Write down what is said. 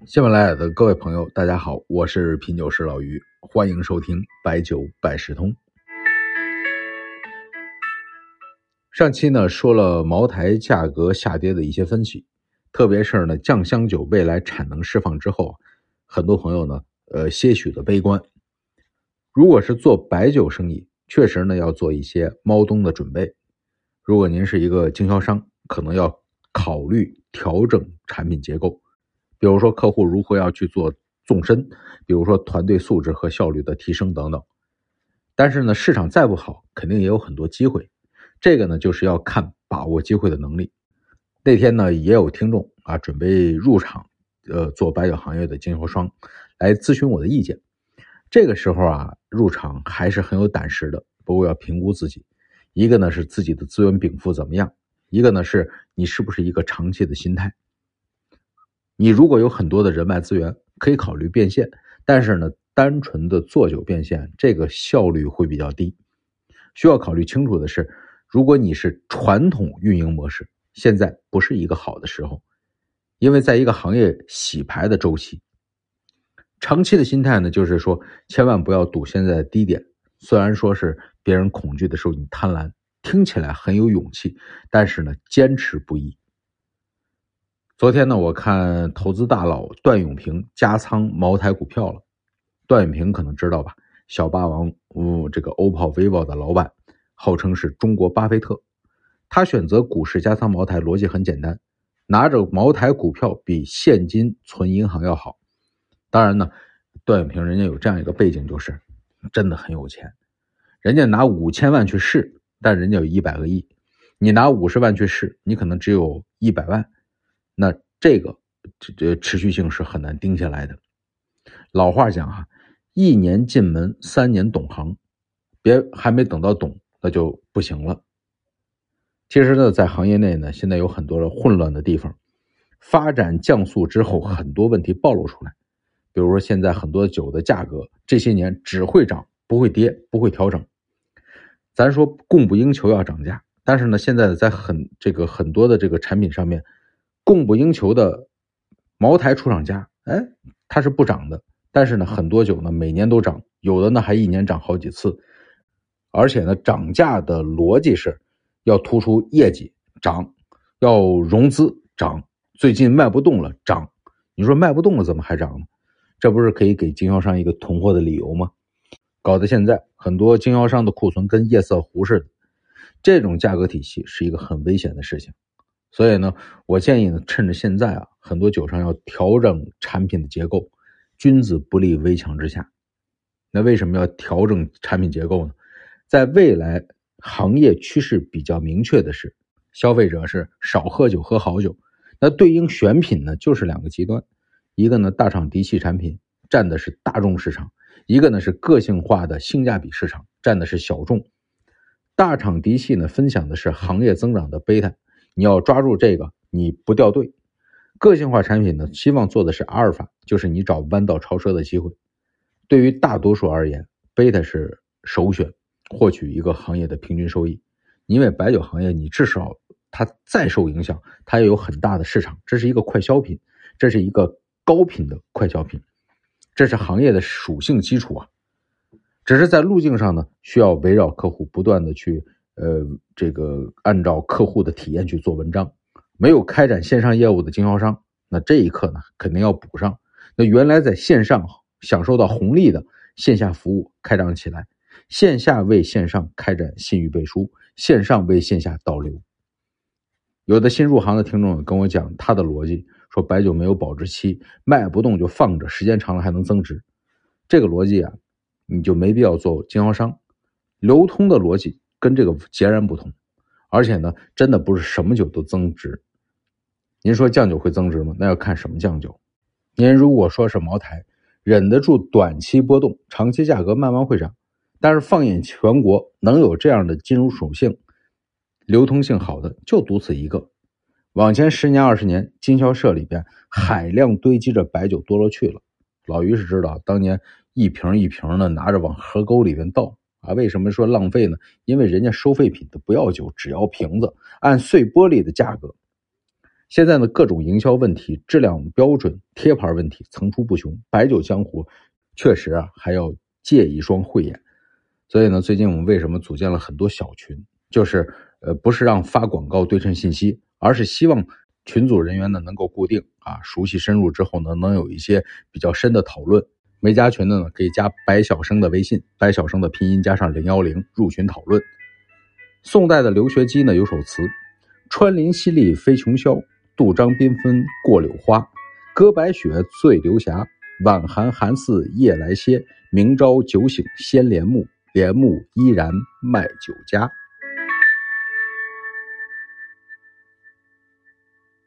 喜马拉雅的各位朋友，大家好，我是品酒师老于，欢迎收听白酒百事通。上期呢说了茅台价格下跌的一些分析，特别是呢酱香酒未来产能释放之后，很多朋友呢些许的悲观。如果是做白酒生意，确实呢要做一些猫冬的准备。如果您是一个经销商，可能要考虑调整产品结构。比如说客户如何要去做纵深，比如说团队素质和效率的提升等等。但是呢，市场再不好，肯定也有很多机会。这个呢，就是要看把握机会的能力。那天呢，也有听众准备入场，做白酒行业的经销商来咨询我的意见。这个时候入场还是很有胆识的，不过要评估自己。一个呢是自己的资源禀赋怎么样，一个呢是你是不是一个长期的心态。你如果有很多的人脉资源，可以考虑变现，但是呢，单纯的做酒变现，这个效率会比较低。需要考虑清楚的是，如果你是传统运营模式，现在不是一个好的时候，因为在一个行业洗牌的周期。长期的心态呢，就是说千万不要赌现在的低点，虽然说是别人恐惧的时候你贪婪，听起来很有勇气，但是呢，坚持不易。昨天呢，我看投资大佬段永平加仓茅台股票了。段永平可能知道吧，小霸王这个 OPPO、vivo 的老板，号称是中国巴菲特。他选择股市加仓茅台逻辑很简单，拿着茅台股票比现金存银行要好。当然呢，段永平人家有这样一个背景，就是真的很有钱。人家拿5000万去试，但人家有100个亿。你拿50万去试，你可能只有100万。那这个持续性是很难定下来的。老话讲1年进门3年懂行，还没等到懂，那就不行了。其实呢，在行业内呢，现在有很多的混乱的地方，发展降速之后，很多问题暴露出来。比如说现在很多酒的价格这些年只会涨不会跌不会调整。咱说供不应求要涨价，但是呢，现在在很多的这个产品上面，供不应求的茅台出厂价，它是不涨的，但是呢，很多酒呢每年都涨，有的呢还1年涨好几次，而且呢，涨价的逻辑是要突出业绩涨，要融资涨，最近卖不动了涨。你说卖不动了怎么还涨呢？这不是可以给经销商一个囤货的理由吗？搞得现在很多经销商的库存跟夜色壶似的，这种价格体系是一个很危险的事情。所以呢，我建议呢，趁着现在很多酒商要调整产品的结构，君子不立危墙之下。那为什么要调整产品结构呢？在未来行业趋势比较明确的是，消费者是少喝酒喝好酒，那对应选品呢就是2个极端，一个呢大厂嫡系产品占的是大众市场，一个呢是个性化的性价比市场占的是小众。大厂嫡系呢分享的是行业增长的贝塔，你要抓住这个，你不掉队。个性化产品呢，希望做的是阿尔法，就是你找弯道超车的机会。对于大多数而言，贝塔是首选，获取一个行业的平均收益。因为白酒行业，你至少它再受影响，它也有很大的市场，这是一个快消品，这是一个高品的快消品，这是行业的属性基础只是在路径上呢，需要围绕客户不断的去按照客户的体验去做文章。没有开展线上业务的经销商，那这一课呢肯定要补上。那原来在线上享受到红利的线下服务开展起来，线下为线上开展信誉背书，线上为线下导流。有的新入行的听众跟我讲他的逻辑，说白酒没有保质期，卖不动就放着，时间长了还能增值。这个逻辑你就没必要做经销商。流通的逻辑跟这个截然不同，而且呢，真的不是什么酒都增值。您说酱酒会增值吗？那要看什么酱酒。您如果说是茅台，忍得住短期波动，长期价格慢慢会涨。但是放眼全国，能有这样的金融属性、流通性好的就独此一个。往前10年20年，经销社里边海量堆积着白酒多了去了。老于是知道，当年一瓶一瓶的拿着往河沟里边倒为什么说浪费呢？因为人家收废品的不要酒，只要瓶子，按碎玻璃的价格。 现在呢，各种营销问题、质量标准、贴牌问题层出不穷，白酒江湖确实还要借一双慧眼。所以呢，最近我们为什么组建了很多小群，就是不是让发广告对称信息，而是希望群组人员呢能够固定熟悉深入之后呢，能有一些比较深的讨论。没加群的呢，可以加白晓生的微信，白晓生的拼音加上010入群讨论。宋代的刘学基呢有首词：穿林溪立飞琼霄，杜张缤纷过柳花。歌白雪醉流霞，晚寒寒寺夜来歇。明朝酒醒先帘幕，帘幕依然卖酒家。